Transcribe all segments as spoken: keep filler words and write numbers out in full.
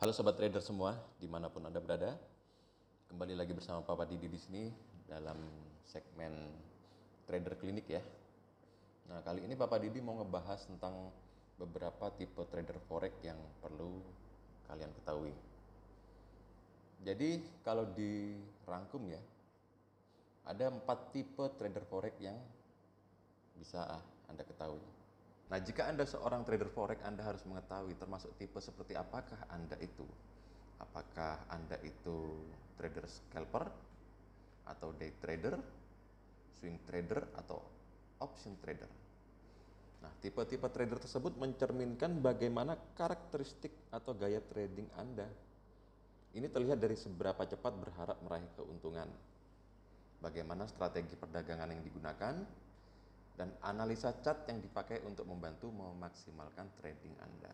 Halo sobat trader semua, dimanapun Anda berada. Kembali lagi bersama Papa Didi di sini dalam segmen Trader Klinik ya. Nah, kali ini Papa Didi mau ngebahas tentang beberapa tipe trader forex yang perlu kalian ketahui. Jadi, kalau dirangkum ya, ada empat tipe trader forex yang bisa Anda ketahui. Nah, jika Anda seorang trader forex, Anda harus mengetahui termasuk tipe seperti apakah Anda itu. Apakah Anda itu trader scalper, atau day trader, swing trader, atau option trader. Nah, tipe-tipe trader tersebut mencerminkan bagaimana karakteristik atau gaya trading Anda. Ini terlihat dari seberapa cepat berharap meraih keuntungan, bagaimana strategi perdagangan yang digunakan, dan analisa chart yang dipakai untuk membantu memaksimalkan trading Anda.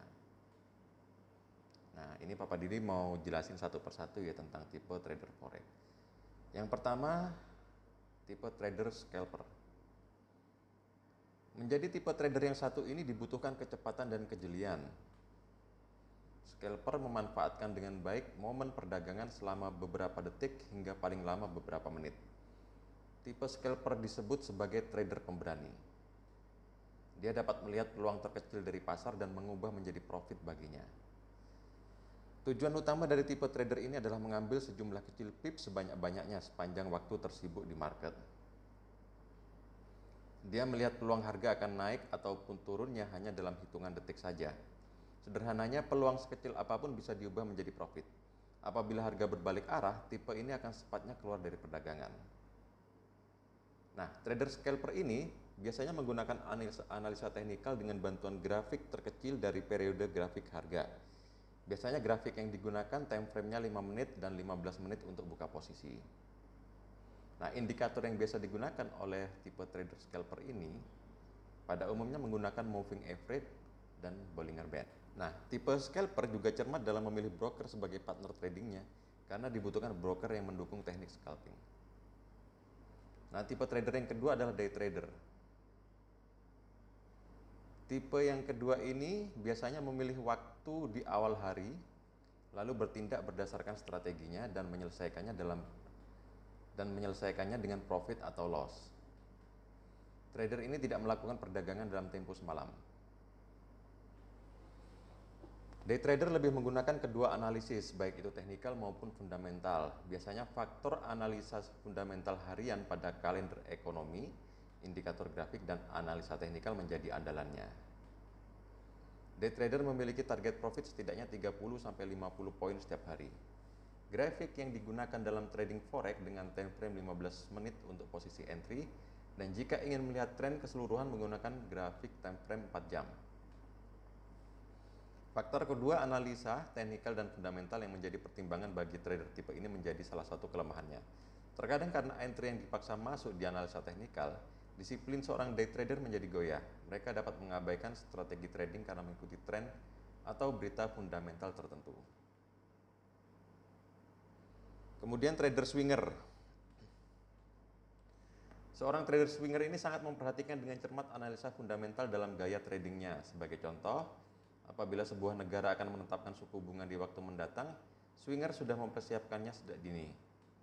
Nah, ini Papa Didi mau jelasin satu persatu ya tentang tipe trader forex. Yang pertama, tipe trader scalper. Menjadi tipe trader yang satu ini dibutuhkan kecepatan dan kejelian. Scalper memanfaatkan dengan baik momen perdagangan selama beberapa detik hingga paling lama beberapa menit. Tipe scalper disebut sebagai trader pemberani. Dia dapat melihat peluang terkecil dari pasar dan mengubah menjadi profit baginya. Tujuan utama dari tipe trader ini adalah mengambil sejumlah kecil pips sebanyak-banyaknya sepanjang waktu tersibuk di market. Dia melihat peluang harga akan naik ataupun turunnya hanya dalam hitungan detik saja. Sederhananya, peluang sekecil apapun bisa diubah menjadi profit. Apabila harga berbalik arah, tipe ini akan secepatnya keluar dari perdagangan. Nah, trader scalper ini biasanya menggunakan analisa, analisa teknikal dengan bantuan grafik terkecil dari periode grafik harga. Biasanya grafik yang digunakan time frame-nya lima menit dan lima belas menit untuk buka posisi. Nah, indikator yang biasa digunakan oleh tipe trader scalper ini pada umumnya menggunakan moving average dan Bollinger Band. Nah, tipe scalper juga cermat dalam memilih broker sebagai partner tradingnya karena dibutuhkan broker yang mendukung teknik scalping. Nah, tipe trader yang kedua adalah day trader. Tipe yang kedua ini biasanya memilih waktu di awal hari, lalu bertindak berdasarkan strateginya dan menyelesaikannya dalam dan menyelesaikannya dengan profit atau loss. Trader ini tidak melakukan perdagangan dalam tempo semalam. Day trader lebih menggunakan kedua analisis, baik itu teknikal maupun fundamental. Biasanya faktor analisa fundamental harian pada kalender ekonomi, indikator grafik, dan analisa teknikal menjadi andalannya. Day trader memiliki target profit setidaknya tiga puluh sampai lima puluh poin setiap hari. Grafik yang digunakan dalam trading forex dengan time frame lima belas menit untuk posisi entry, dan jika ingin melihat tren keseluruhan menggunakan grafik time frame empat jam. Faktor kedua, analisa teknikal dan fundamental yang menjadi pertimbangan bagi trader tipe ini menjadi salah satu kelemahannya. Terkadang karena entry yang dipaksa masuk di analisa teknikal, disiplin seorang day trader menjadi goyah. Mereka dapat mengabaikan strategi trading karena mengikuti tren atau berita fundamental tertentu. Kemudian trader swinger. Seorang trader swinger ini sangat memperhatikan dengan cermat analisa fundamental dalam gaya tradingnya. Sebagai contoh, apabila sebuah negara akan menetapkan suku bunga di waktu mendatang, swinger sudah mempersiapkannya sejak dini.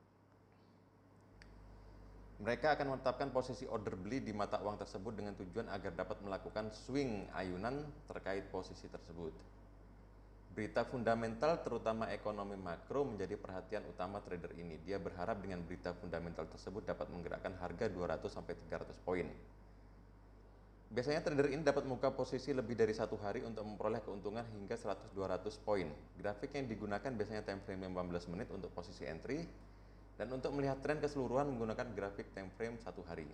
Mereka akan menetapkan posisi order beli di mata uang tersebut dengan tujuan agar dapat melakukan swing ayunan terkait posisi tersebut. Berita fundamental terutama ekonomi makro menjadi perhatian utama trader ini. Dia berharap dengan berita fundamental tersebut dapat menggerakkan harga dua ratus sampai tiga ratus poin. Biasanya trader ini dapat membuka posisi lebih dari satu hari untuk memperoleh keuntungan hingga seratus sampai dua ratus poin. Grafik yang digunakan biasanya time frame lima belas menit untuk posisi entry, dan untuk melihat tren keseluruhan menggunakan grafik time frame satu hari.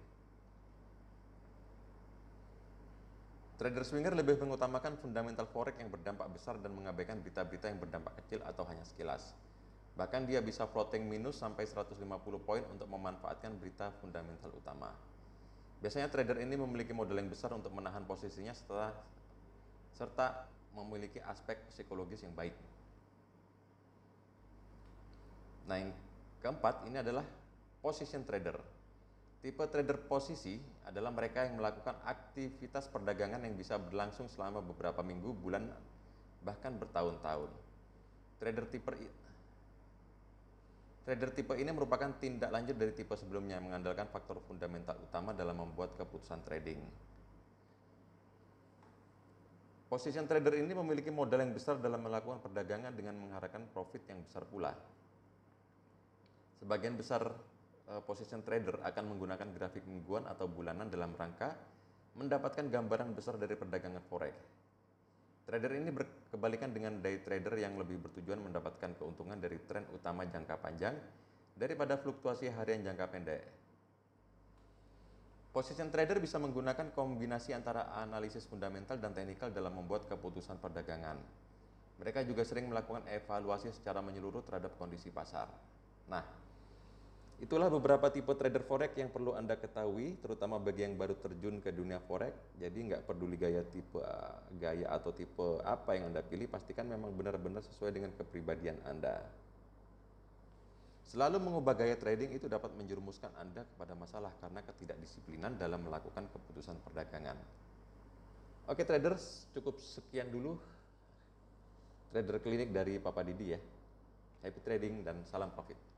Trader swinger lebih mengutamakan fundamental forex yang berdampak besar dan mengabaikan berita-berita yang berdampak kecil atau hanya sekilas. Bahkan dia bisa floating minus sampai seratus lima puluh poin untuk memanfaatkan berita fundamental utama. Biasanya trader ini memiliki modal yang besar untuk menahan posisinya setelah serta memiliki aspek psikologis yang baik. Nah, yang keempat ini adalah position trader. Tipe trader posisi adalah mereka yang melakukan aktivitas perdagangan yang bisa berlangsung selama beberapa minggu, bulan, bahkan bertahun-tahun. Trader tipe i- Trader tipe ini merupakan tindak lanjut dari tipe sebelumnya yang mengandalkan faktor fundamental utama dalam membuat keputusan trading. Position trader ini memiliki modal yang besar dalam melakukan perdagangan dengan mengharapkan profit yang besar pula. Sebagian besar eh, position trader akan menggunakan grafik mingguan atau bulanan dalam rangka mendapatkan gambaran besar dari perdagangan forex. Trader ini berkebalikan dengan day trader yang lebih bertujuan mendapatkan keuntungan dari tren utama jangka panjang daripada fluktuasi harian jangka pendek. Position trader bisa menggunakan kombinasi antara analisis fundamental dan teknikal dalam membuat keputusan perdagangan. Mereka juga sering melakukan evaluasi secara menyeluruh terhadap kondisi pasar. Nah, itulah beberapa tipe trader forex yang perlu Anda ketahui, terutama bagi yang baru terjun ke dunia forex. Jadi nggak peduli gaya tipe gaya atau tipe apa yang Anda pilih, pastikan memang benar-benar sesuai dengan kepribadian Anda. Selalu mengubah gaya trading itu dapat menjerumuskan Anda kepada masalah karena ketidakdisiplinan dalam melakukan keputusan perdagangan. Oke traders, cukup sekian dulu trader klinik dari Papa Didi ya. Happy trading dan salam profit.